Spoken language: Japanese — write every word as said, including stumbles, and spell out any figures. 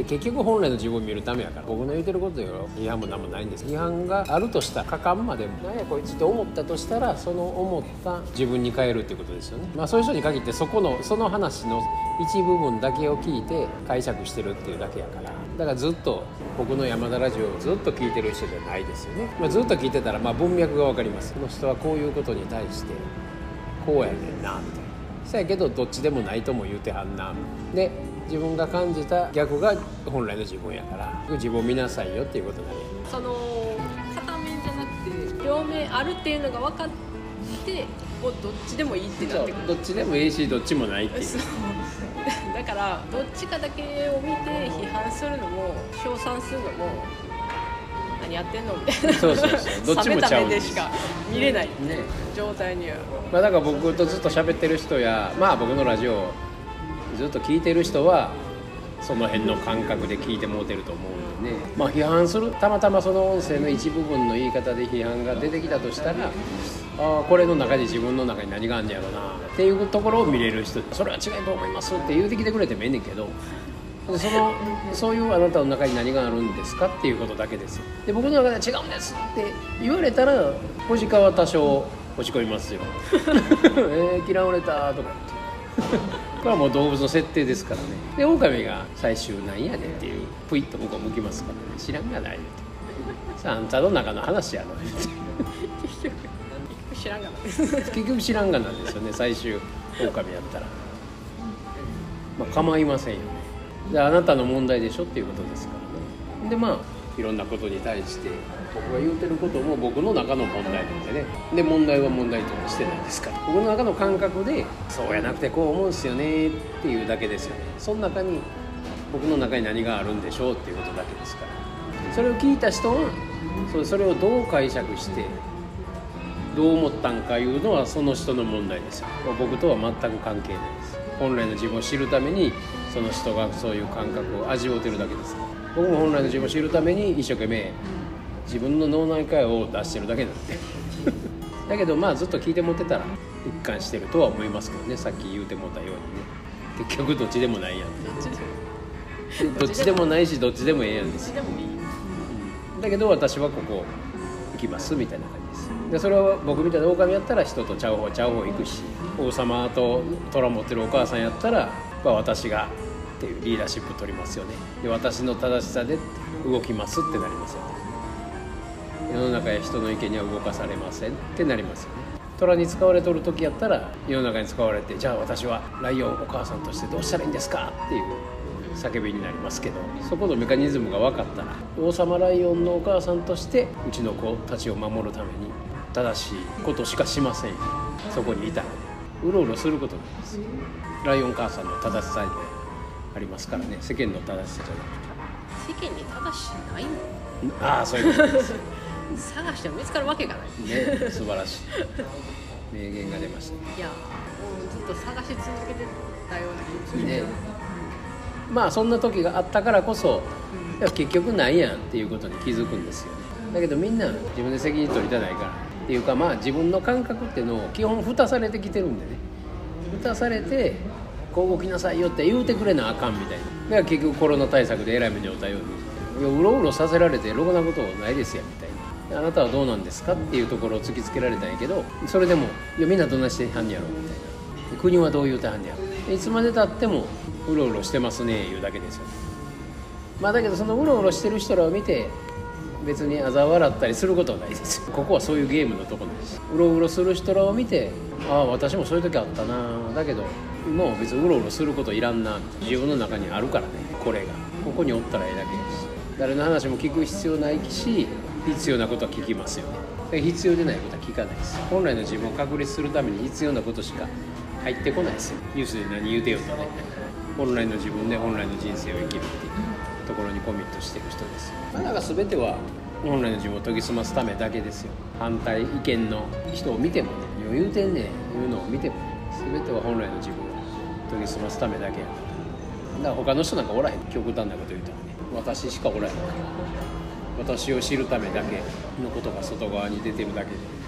で結局本来の自分を見るためやから、僕の言うてることよ批判も何もないんです。批判があるとしたらかかんまでもなんやこいつって思ったとしたら、その思った自分に変えるっていうことですよね。まあそういう人に限ってそこのその話の一部分だけを聞いて解釈してるっていうだけやから、だからずっと僕の山田ラジオをずっと聞いてる人じゃないですよね。まあ、ずっと聞いてたらまあ文脈が分かります。この人はこういうことに対してこうやねんなみたいな。そうやけどどっちでもないとも言うてはんな。で自分が感じた逆が本来の自分やから、自分を見なさいよっていうことだね。 その片面じゃなくて両面あるっていうのが分かってもうどっちでもいいってなってくる。 どっちでもいいしどっちもないっていう。 だからどっちかだけを見て批判するのも称賛するのも何やってんのみたいな。 そうそうそうどっちもちゃうんです。 冷めた目でしか見れない状態には、 まあ、だから僕とずっと喋ってる人や、まあ僕のラジオをずっと聞いてる人はその辺の感覚で聞いてもうてると思うんでね。まあ批判する、たまたまその音声の一部分の言い方で批判が出てきたとしたら、ああこれの中で自分の中に何があるんやろうなっていうところを見れる人、それは違いと思いますって言うてきてくれてもええねんけど、そのそういうあなたの中に何があるんですかっていうことだけですよ。で僕の中では違うんですって言われたら小鹿は多少落ち込みますよえー、嫌われたとか言ってこれはもう動物の設定ですからね。で狼が最終なんやねんっていうプイッと向こう向きますからね。知らんがないってさあ、あんたの中の話やろって結局知らんがな結局知らんがなんですよね。最終狼やったらまあ構いませんよね。であなたの問題でしょっていうことですからね。でまあいろんなことに対して僕が言うてることも僕の中の問題なんでね。で問題は問題としてないですから、僕の中の感覚でそうやなくてこう思うんすよねっていうだけですよね。その中に僕の中に何があるんでしょうっていうことだけですから、それを聞いた人はそれをどう解釈してどう思ったんかいうのはその人の問題ですよ。僕とは全く関係ないです。本来の自分を知るためにその人がそういう感覚を味わってるだけです。僕も本来の自分を知るために一生懸命自分の脳内会話を出してるだけなんでだけどまあずっと聞いてもってたら一貫してるとは思いますけどね。さっき言うてもったようにね、結局どっちでもないやんってどっちでもないしどっちでもええやんです。だけど私はここ行きますみたいな感じです。でそれを僕みたいな狼やったら人とちゃう方ちゃう方行くし、王様と虎持ってるお母さんやったら、まあ、私がっていうリーダーシップ取りますよね。で私の正しさで動きますってなりますよね。世の中や人の意見には動かされませんってなりますよね。虎に使われとる時やったら世の中に使われて、じゃあ私はライオンお母さんとしてどうしたらいいんですかっていう叫びになりますけど、そこのメカニズムが分かったら王様ライオンのお母さんとしてうちの子たちを守るために正しいことしかしませんよ。そこにいたらうろうろすることなんです。ライオン母さんの正しさにありますからね。世間の正しさじゃな世間に正しいないの。 ああそういうことです探しても見つかるわけがないね。素晴らしい名言が出ました。 いやもうずっと探し続けてたような気がするね。まあそんな時があったからこそ、うん、結局ないやんっていうことに気づくんですよね。だけどみんな自分で責任取りたないからっていうか、まあ自分の感覚っていうのを基本蓋されてきてるんでね、蓋されてこう動きなさいよって言うてくれなあかんみたいな。だから結局コロナ対策でえらい目に遭ったように、うろうろさせられてろくなことないですよみたいな。あなたはどうなんですかっていうところを突きつけられたんやけど、それでもいやみんなどんなしてはんやろみたいな、国はどう言うてはんやろ、いつまでたってもうろうろしてますねいうだけですよ。まあだけどそのうろうろしてる人らを見て別に嘲笑ったりすることはないです。ここはそういうゲームのとこなんです。うろうろする人らを見て、ああ私もそういう時あったな、だけどもう別にうろうろすることいらんな、自分の中にあるからね、これがここにおったらええだけです。誰の話も聞く必要ないし、必要なことは聞きますよね。必要でないことは聞かないです。本来の自分を確立するために必要なことしか入ってこないですよ。ニュースで何言うてよとね、本来の自分で本来の人生を生きるっていうところにコミットしてる人ですよ。まあ、だから全ては本来の自分を研ぎ澄ますためだけですよ。反対意見の人を見てもね、余裕てんねんいうのを見てもね、全ては本来の自分を研ぎ澄ますためだけやから。だから他の人なんかおらへん。極端なこと言うたらね、私しかおらへん。私を知るためだけのことが外側に出てるだけで。